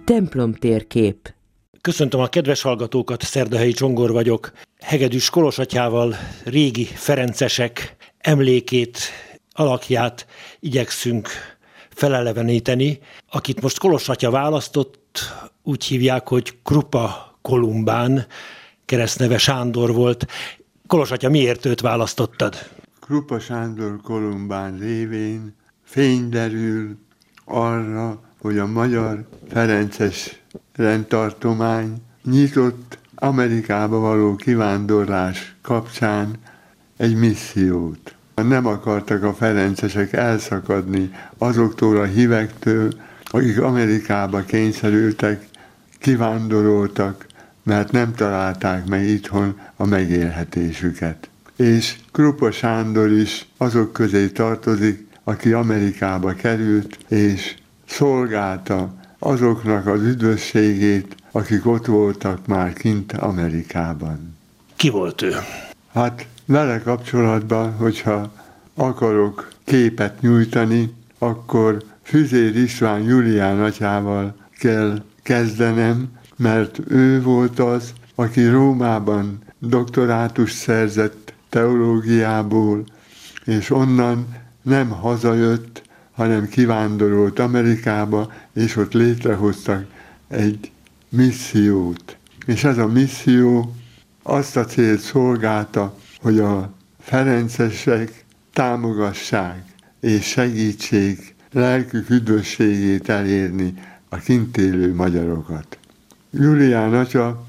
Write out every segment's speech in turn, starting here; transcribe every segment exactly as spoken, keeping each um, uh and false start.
Templomtérkép. Köszöntöm a kedves hallgatókat, Szerdahelyi Csongor vagyok. Hegedűs Kolosatyával régi ferencesek emlékét, alakját igyekszünk feleleveníteni. Akit most Kolosatya választott, úgy hívják, hogy Krupa Kolumbán, keresztneve Sándor volt. Kolosatya, miért őt választottad? Krupa Sándor Kolumbán révén fény derül arra, hogy a magyar ferences rendtartomány nyitott Amerikába való kivándorlás kapcsán egy missziót. Nem akartak a ferencesek elszakadni azoktól a hívektől, akik Amerikába kényszerültek, kivándoroltak, mert nem találták meg itthon a megélhetésüket. És Krupa Sándor is azok közé tartozik, aki Amerikába került, és szolgálta azoknak az üdvösségét, akik ott voltak már kint Amerikában. Ki volt ő? Hát vele kapcsolatban, hogyha akarok képet nyújtani, akkor Füzér István Julián atyával kell kezdenem, mert ő volt az, aki Rómában doktorátust szerzett teológiából, és onnan nem hazajött, hanem kivándorolt Amerikába, és ott létrehoztak egy missziót. És ez a misszió azt a célt szolgálta, hogy a ferencesek támogassák és segítsék lelkük üdvösségét elérni a kint élő magyarokat. Julián atya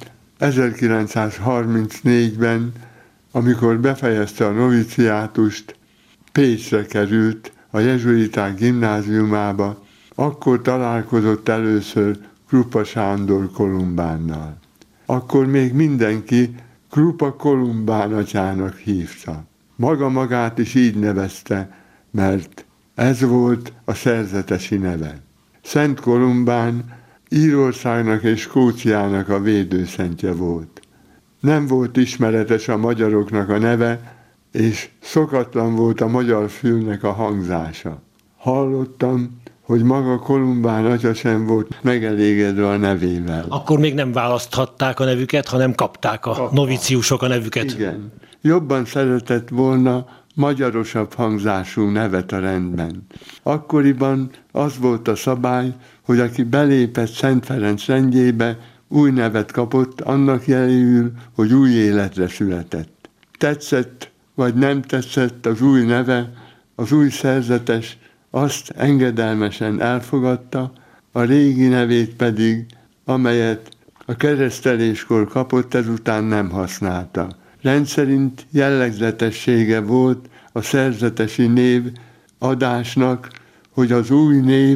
ezerkilencszázharmincnégyben, amikor befejezte a noviciátust, Pécsre került a jezsuiták gimnáziumába, akkor találkozott először Krupa Sándor Kolumbánnal. Akkor még mindenki Krupa Kolumbán atyának hívta. Maga magát is így nevezte, mert ez volt a szerzetesi neve. Szent Kolumbán Írországnak és Skóciának a védőszentje volt. Nem volt ismeretes a magyaroknak a neve, és szokatlan volt a magyar fülnek a hangzása. Hallottam, hogy maga Kolumbán atya sem volt megelégedve a nevével. Akkor még nem választhatták a nevüket, hanem kapták a Kapta. noviciusok a nevüket. Igen. Jobban szeretett volna magyarosabb hangzású nevet a rendben. Akkoriban az volt a szabály, hogy aki belépett Szent Ferenc rendjébe, új nevet kapott, annak jeléül, hogy új életre született. Tetszett vagy nem tetszett az új neve, az új szerzetes azt engedelmesen elfogadta, a régi nevét pedig, amelyet a kereszteléskor kapott, ezután nem használta. Rendszerint jellegzetessége volt a szerzetesi név adásnak, hogy az új név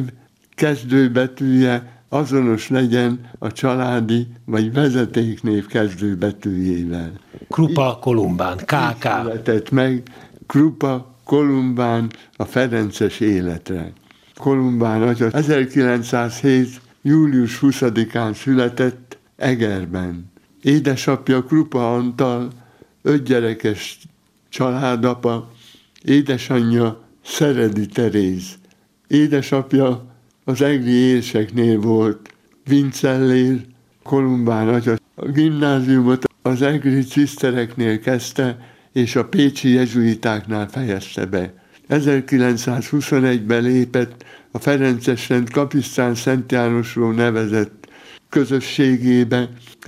kezdőbetűje azonos legyen a családi vagy vezetéknév kezdőbetűjével. Krupa Kolumbán, ká ká. Így született meg Krupa Kolumbán a ferences életre. Kolumbán atya ezerkilencszázhét. július huszadikán született Egerben. Édesapja Krupa Antal, ötgyerekes családapa, édesanyja Szeredi Teréz. Édesapja az egri érseknél volt, Vincellér. Kolumbán atya a gimnáziumot az egri cisztereknél kezdte, és a pécsi jezsuitáknál fejezte be. ezerkilencszázhuszonegyben lépett a ferences rend Kapisztán Szent Jánosról nevezett közösségébe.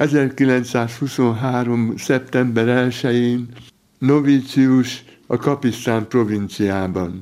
ezerkilencszázhuszonhárom. szeptember elsején novicius a Kapisztán provinciában.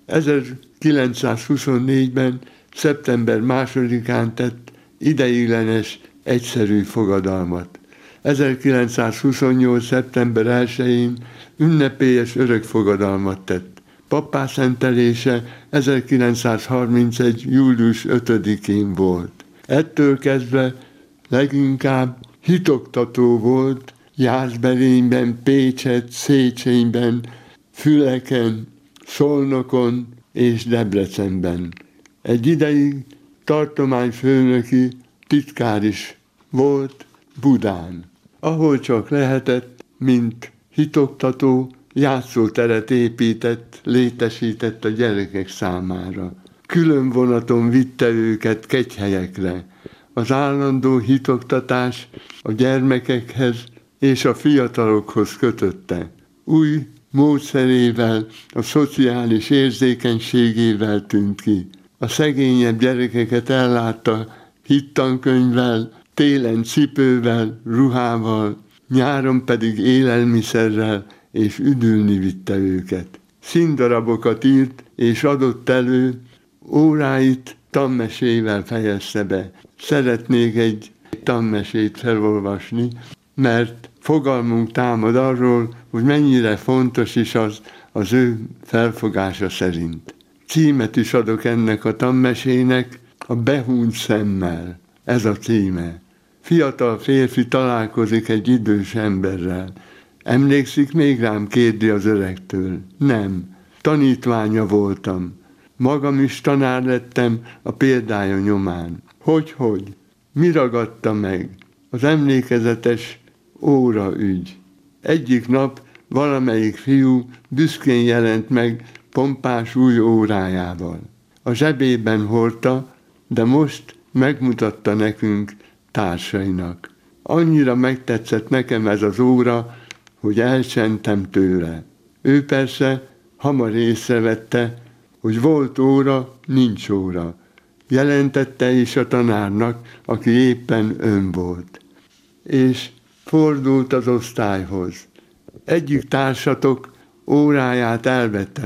ezerkilencszázhuszonnégyben. szeptember másodikán tett ideiglenes egyszerű fogadalmat. ezerkilencszázhuszonnyolc. szeptember elsején ünnepélyes örökfogadalmat tett. Pappá szentelése ezerkilencszázharmincegy. július ötödikén volt. Ettől kezdve leginkább hitoktató volt Jászberényben, Pécset, Széchenyben, Füleken, Szolnokon és Debrecenben. Egy ideig tartományfőnöki titkár is volt Budán, ahol csak lehetett, mint hitoktató, játszóteret épített, létesített a gyerekek számára. Külön vonaton vitte őket kegyhelyekre, az állandó hitoktatás a gyermekekhez és a fiatalokhoz kötötte. Új módszerével, a szociális érzékenységével tűnt ki. A szegényebb gyerekeket ellátta hittankönyvvel, télen cipővel, ruhával, nyáron pedig élelmiszerrel és üdülni vitte őket. Színdarabokat írt és adott elő, óráit tanmesével fejezte be. Szeretnék egy tanmesét felolvasni, mert fogalmunk támad arról, hogy mennyire fontos is az az ő felfogása szerint. Címet is adok ennek a tanmesének, a Behúnyt szemmel. Ez a címe. Fiatal férfi találkozik egy idős emberrel. Emlékszik még rám, kérdi az öregtől. Nem, tanítványa voltam. Magam is tanár lettem a példája nyomán. Hogy-hogy? Mi ragadta meg? Az emlékezetes óraügy. Egyik nap valamelyik fiú büszkén jelent meg pompás új órájával. A zsebében hordta, de most megmutatta nekünk társainak. Annyira megtetszett nekem ez az óra, hogy elcsentem tőle. Ő persze hamar észrevette, hogy volt óra, nincs óra. Jelentette is a tanárnak, aki éppen ön volt. És fordult az osztályhoz. Egyik társatok óráját elvette.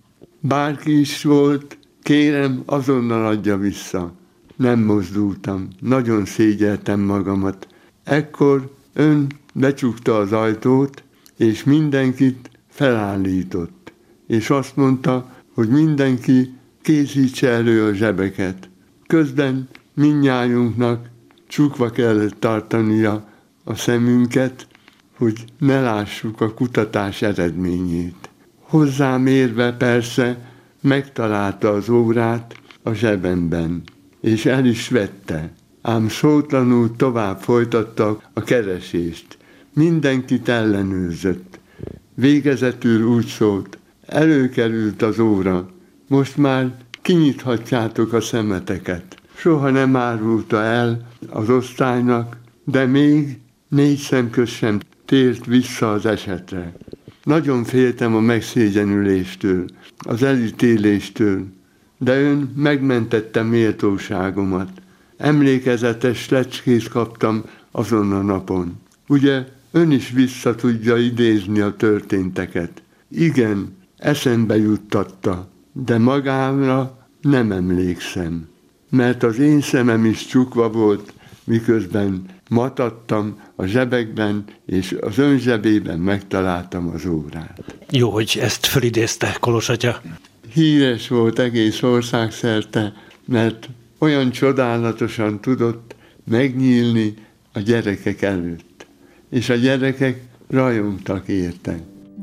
Bárki is volt, kérem, azonnal adja vissza. Nem mozdultam, nagyon szégyeltem magamat. Ekkor ön becsukta az ajtót, és mindenkit felállított. És azt mondta, hogy mindenki készítse elő a zsebeket. Közben mindnyájunknak csukva kellett tartania a szemünket, hogy ne lássuk a kutatás eredményét. Hozzám érve persze megtalálta az órát a zsebemben, és el is vette, ám szótlanul tovább folytatta a keresést. Mindenkit ellenőrzött. Végezetül úgy szólt, előkerült az óra, most már kinyithatjátok a szemeteket. Soha nem árulta el az osztálynak, de még négy szemköz sem tért vissza az esetre. Nagyon féltem a megszégyenüléstől, az elítéléstől, de ön megmentette méltóságomat. Emlékezetes lecskét kaptam azon a napon. Ugye ön is vissza tudja idézni a történteket. Igen, eszembe juttatta, de magámra nem emlékszem, mert az én szemem is csukva volt, miközben matadtam a zsebekben, és az ön zsebében megtaláltam az órát. Jó, hogy ezt fölidézte, Kolos atya. Híres volt egész országszerte, mert olyan csodálatosan tudott megnyílni a gyerekek előtt. És a gyerekek rajongtak érte.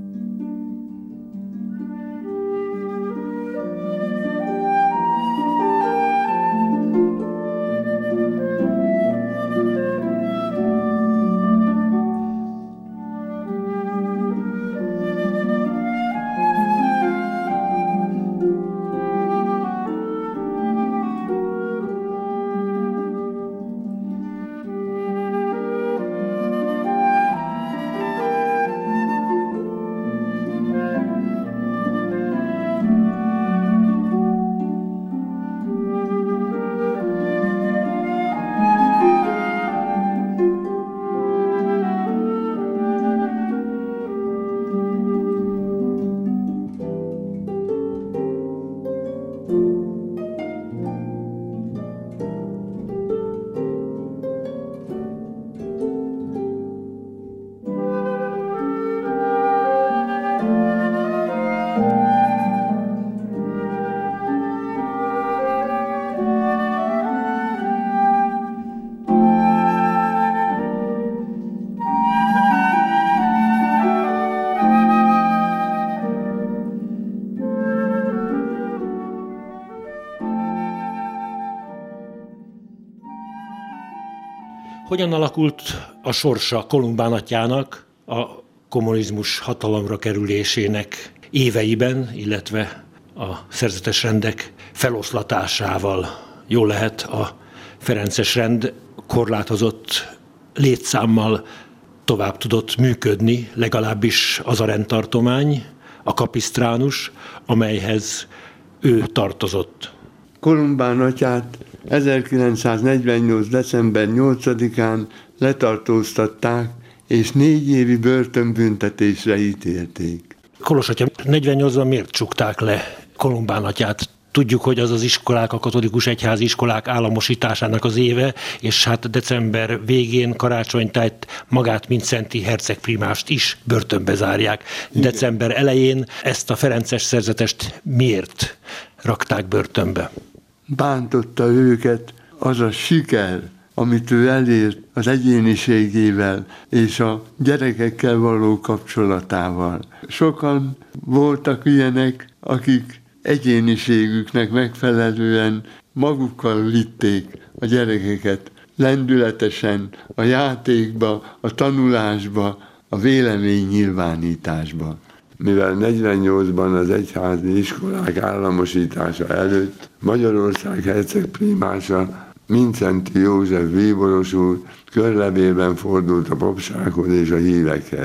Hogyan alakult a sorsa Kolumbán atyának a kommunizmus hatalomra kerülésének éveiben, illetve a szerzetes rendek feloszlatásával? Jól lehet, a ferences rend korlátozott létszámmal tovább tudott működni, legalábbis az a rendtartomány, a kapisztránus, amelyhez ő tartozott. Kolumbán atyát ezerkilencszáznegyvennyolc. december nyolcadikán letartóztatták, és négy évi börtönbüntetésre ítélték. Kolos atya negyvennyolcban miért csukták le Kolumbán atyát? Tudjuk, hogy az az iskolák, a katolikus egyházi iskolák államosításának az éve, és hát december végén, karácsonytájt magát, mint Szenti hercegprimást is börtönbe zárják. Igen. December elején ezt a ferences szerzetest miért rakták börtönbe? Bántotta őket az a siker, amit ő elért az egyéniségével és a gyerekekkel való kapcsolatával. Sokan voltak ilyenek, akik egyéniségüknek megfelelően magukkal vitték a gyerekeket lendületesen a játékba, a tanulásba, a véleménynyilvánításba. Mivel negyvennyolcban az egyházi iskolák államosítása előtt Magyarország hercegprimása Mindszenty József bíboros úr körlevélben fordult a papsághoz és a hívekhez.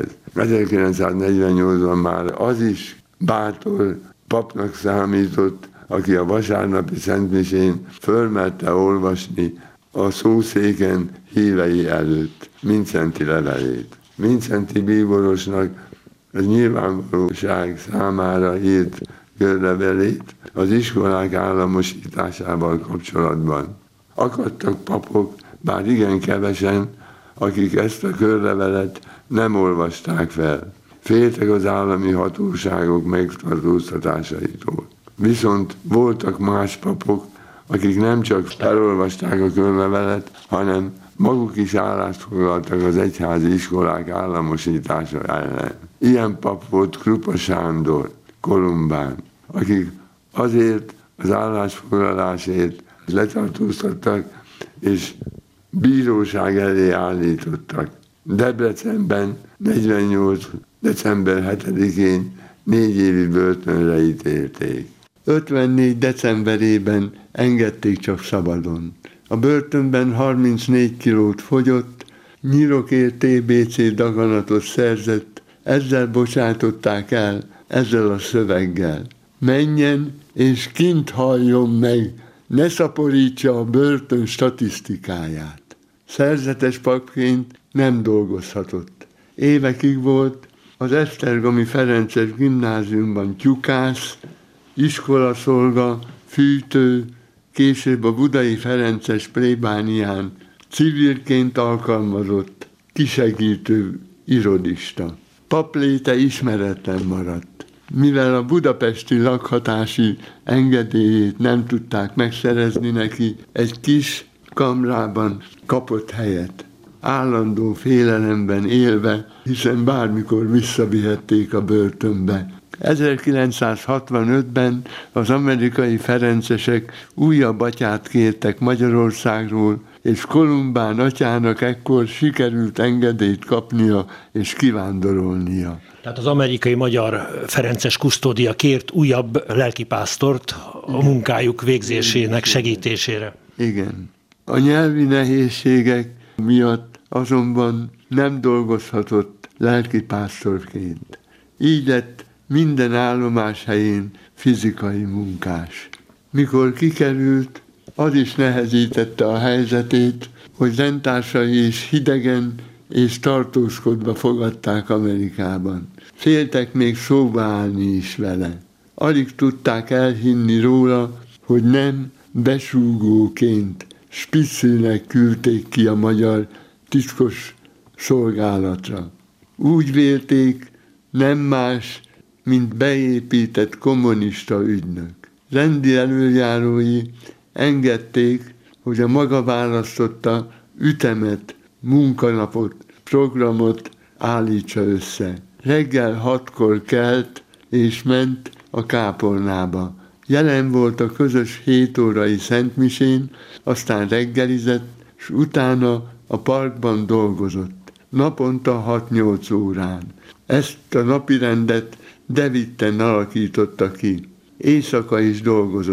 ezerkilencszáznegyvennyolcban már az is bátor papnak számított, aki a vasárnapi szentmisén fölmerte olvasni a szószéken hívei előtt Mindszenty levelét. Mindszenty bíborosnak a nyilvánvalóság számára írt körlevelét az iskolák államosításával kapcsolatban. Akadtak papok, bár igen kevesen, akik ezt a körlevelet nem olvasták fel. Féltek az állami hatóságok megtartóztatásaitól. Viszont voltak más papok, akik nem csak elolvasták a körlevelet, hanem maguk is állást foglaltak az egyházi iskolák államosítása ellen. Ilyen pap volt Krupa Sándor, Kolumbán, akik azért az állásfoglalásért letartóztattak és bíróság elé állítottak. Debrecenben negyvennyolc. december hetedikén négy évi börtönre ítélték. ötvennégy. decemberében engedték csak szabadon. A börtönben harmincnégy kilót fogyott, nyirokért té bé cé daganatot szerzett, ezzel bocsátották el, ezzel a szöveggel. Menjen és kint halljon meg, ne szaporítsa a börtön statisztikáját. Szerzetes papként nem dolgozhatott. Évekig volt az esztergomi ferences gimnáziumban tyukász, iskolaszolga, fűtő, később a budai ferences plébánián civilként alkalmazott, kisegítő irodista. Papléte ismeretlen maradt. Mivel a budapesti lakhatási engedélyét nem tudták megszerezni neki, egy kis kamrában kapott helyet. Állandó félelemben élve, hiszen bármikor visszavihették a börtönbe. ezerkilencszázhatvanötben az amerikai ferencesek újabb atyát kértek Magyarországról, és Kolumbán atyának ekkor sikerült engedélyt kapnia és kivándorolnia. Tehát az amerikai magyar ferences kusztódia kért újabb lelkipásztort a munkájuk végzésének segítésére. Igen. A nyelvi nehézségek miatt azonban nem dolgozhatott lelkipásztorként. Így lett minden állomás helyén fizikai munkás. Mikor kikerült, az is nehezítette a helyzetét, hogy rendtársai is hidegen és tartózkodva fogadták Amerikában. Féltek még szóba állni is vele. Alig tudták elhinni róla, hogy nem besúgóként, spiccilnek küldték ki a magyar titkos szolgálatra. Úgy vélték, nem más, mint beépített kommunista ügynök. Rendi előjárói engedték, hogy a maga választotta ütemet, munkanapot, programot állítsa össze. Reggel hatkor kelt és ment a kápolnába. Jelen volt a közös hétórai szentmisén, aztán reggelizett, és utána a parkban dolgozott. Naponta hat-nyolc órán. Ezt a napirendet de vitten alakította ki. Éjszaka is dolgozott.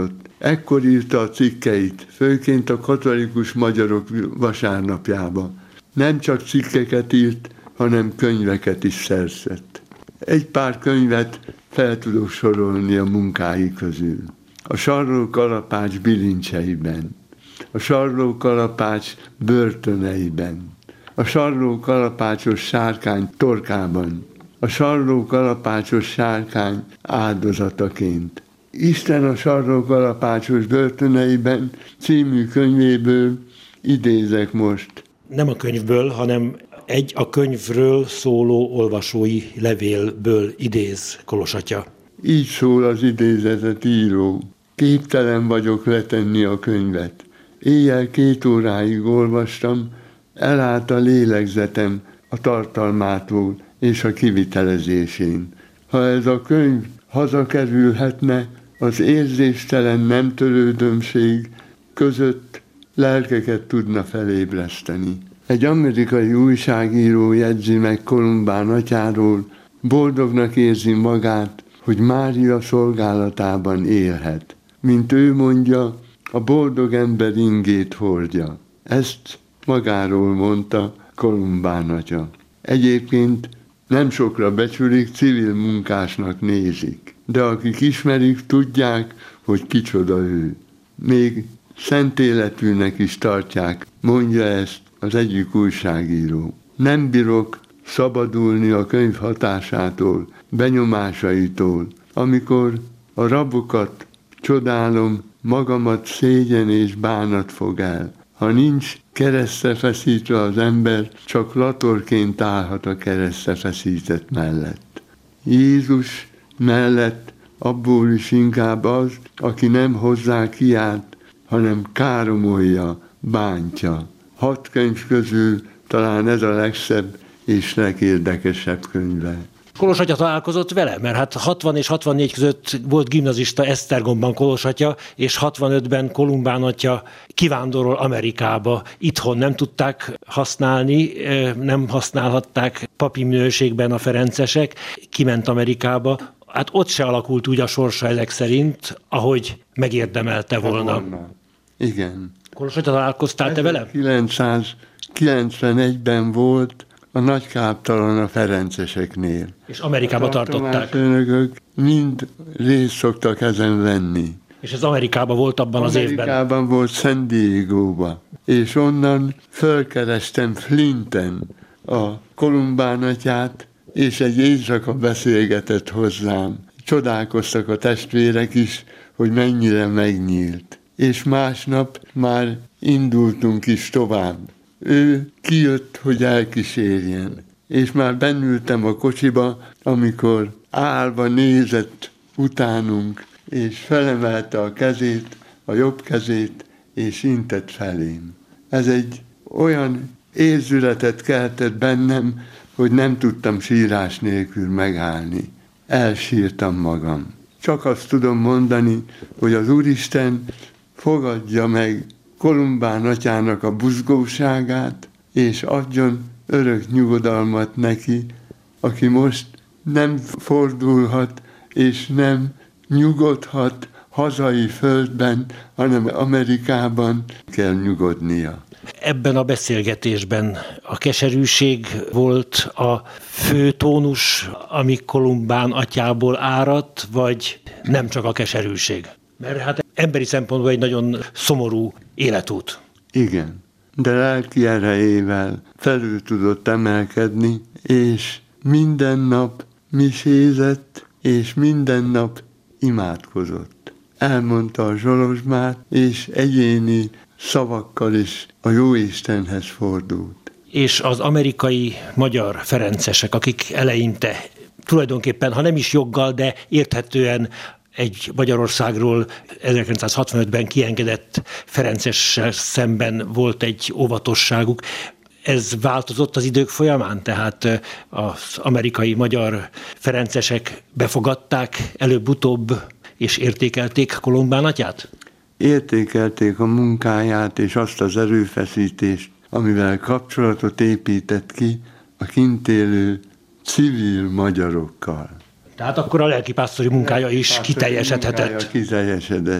Ekkor írta a cikkeit, főként a katolikus magyarok vasárnapjába. Nem csak cikkeket írt, hanem könyveket is szerzett. Egy pár könyvet fel tudok sorolni a munkái közül. A Sarló Kalapács bilincseiben, a Sarló Kalapács börtöneiben, a Sarló Kalapácsos sárkány torkában, a Sarló Kalapácsos sárkány áldozataként. Isten a Sarló Kalapácsos börtöneiben című könyvéből idézek most. Nem a könyvből, hanem egy a könyvről szóló olvasói levélből idéz Kolos atya. Így szól az idézetet író. Képtelen vagyok letenni a könyvet. Éjjel két óráig olvastam, elállt a lélegzetem a tartalmától és a kivitelezésén. Ha ez a könyv hazakerülhetne, az érzéstelen nem törődömség között lelkeket tudna felébreszteni. Egy amerikai újságíró jegyzi meg Kolumbán atyáról, boldognak érzi magát, hogy Mária szolgálatában élhet. Mint ő mondja, a boldog ember ingét hordja. Ezt magáról mondta Kolumbán atya. Egyébként nem sokra becsülik, civil munkásnak nézik. De akik ismerik, tudják, hogy kicsoda ő. Még szent életűnek is tartják, mondja ezt az egyik újságíró. Nem bírok szabadulni a könyv hatásától, benyomásaitól. Amikor a rabokat csodálom, magamat szégyen és bánat fog el. Ha nincs keresztre feszítve az ember, csak latorként állhat a keresztre feszített mellett. Jézus mellett abból is inkább az, aki nem hozzá kiált, hanem káromolja, bántja. Hat könyv közül talán ez a legszebb és legérdekesebb könyve. Kolos atya találkozott vele? Mert hát hatvan és hatvannégy között volt gimnazista Esztergomban Kolos atya, és hatvanötben Kolumbán atya kivándorol Amerikába. Itthon nem tudták használni, nem használhatták papi minőségben a ferencesek, kiment Amerikába. Hát ott se alakult úgy a sorsa ezek szerint, ahogy megérdemelte volna. Igen. Kolos atya, találkoztál te vele? ezerkilencszázkilencvenegyben volt a nagy káptalan a ferenceseknél. És Amerikába tartották. Önökök mind részt szoktak ezen venni. És ez Amerikában volt abban az évben? Amerikában volt San Diegóba. És onnan fölkerestem Flinten a Kolumbán atyát, és egy éjszaka beszélgetett hozzám. Csodálkoztak a testvérek is, hogy mennyire megnyílt. És másnap már indultunk is tovább. Ő kijött, hogy elkísérjen. És már bennültem a kocsiba, amikor állva nézett utánunk, és felemelte a kezét, a jobb kezét, és intett felém. Ez egy olyan érzületet keltett bennem, hogy nem tudtam sírás nélkül megállni. Elsírtam magam. Csak azt tudom mondani, hogy az Úristen fogadja meg Kolumbán atyának a buzgóságát, és adjon örök nyugodalmat neki, aki most nem fordulhat, és nem nyugodhat hazai földben, hanem Amerikában kell nyugodnia. Ebben a beszélgetésben a keserűség volt a fő tónus, ami Kolumbán atyából áradt, vagy nem csak a keserűség? Mert hát emberi szempontból egy nagyon szomorú életút. Igen, de lelki erejével felül tudott emelkedni, és minden nap misézett, és minden nap imádkozott. Elmondta a zsolozsmát, és egyéni szavakkal is a Jóistenhez fordult. És az amerikai magyar ferencesek, akik eleinte tulajdonképpen, ha nem is joggal, de érthetően egy Magyarországról ezerkilencszázhatvanötben kiengedett ferencessel szemben volt egy óvatosságuk. Ez változott az idők folyamán? Tehát az amerikai magyar ferencesek befogadták előbb-utóbb és értékelték Kolumbán atyát? Értékelték a munkáját és azt az erőfeszítést, amivel kapcsolatot épített ki a kint élő civil magyarokkal. Tehát akkor a lelkipásztori munkája is kiteljesedhetett. Munkája kiteljesedett.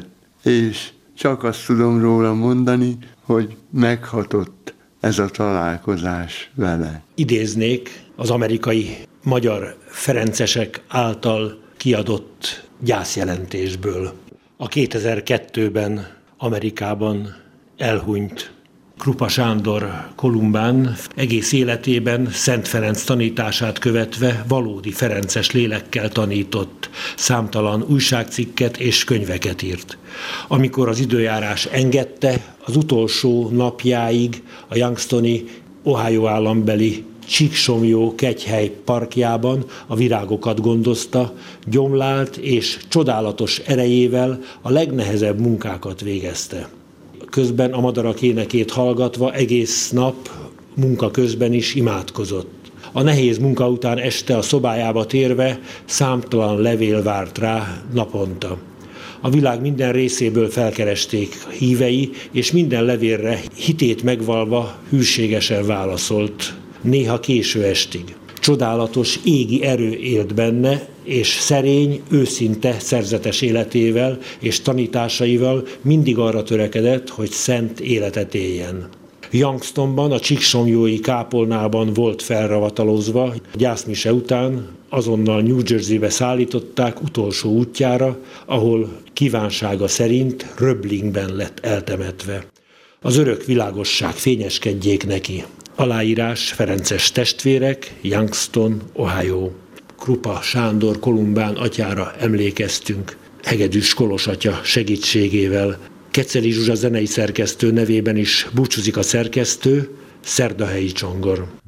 és csak azt tudom róla mondani, hogy meghatott ez a találkozás vele. Idéznék az amerikai magyar ferencesek által kiadott gyászjelentésből. A kétezer-kettőben Amerikában elhunyt Krupa Sándor Kolumbán egész életében Szent Ferenc tanítását követve valódi ferences lélekkel tanított, számtalan újságcikket és könyveket írt. Amikor az időjárás engedte, az utolsó napjáig a Youngstoni, Ohio állambeli Csíksomlyó kegyhely parkjában a virágokat gondozta, gyomlált és csodálatos erejével a legnehezebb munkákat végezte. Közben a madarak énekét hallgatva egész nap munka közben is imádkozott. A nehéz munka után este a szobájába térve számtalan levél várt rá naponta. A világ minden részéből felkeresték hívei, és minden levélre hitét megvalva hűségesen válaszolt, néha késő estig. Csodálatos égi erő élt benne, és szerény, őszinte, szerzetes életével és tanításaival mindig arra törekedett, hogy szent életet éljen. Youngstonban, a csíksomlyói kápolnában volt felravatalozva, gyászmise után azonnal New Jerseybe szállították utolsó útjára, ahol kívánsága szerint Röblingben lett eltemetve. Az örök világosság fényeskedjék neki. Aláírás: Ferences testvérek, Youngston, Ohio. Krupa Sándor Kolumbán atyára emlékeztünk Hegedűs Kolos atya segítségével. Keceli Zsuzsa zenei szerkesztő nevében is búcsúzik a szerkesztő, Szerdahelyi Csongor.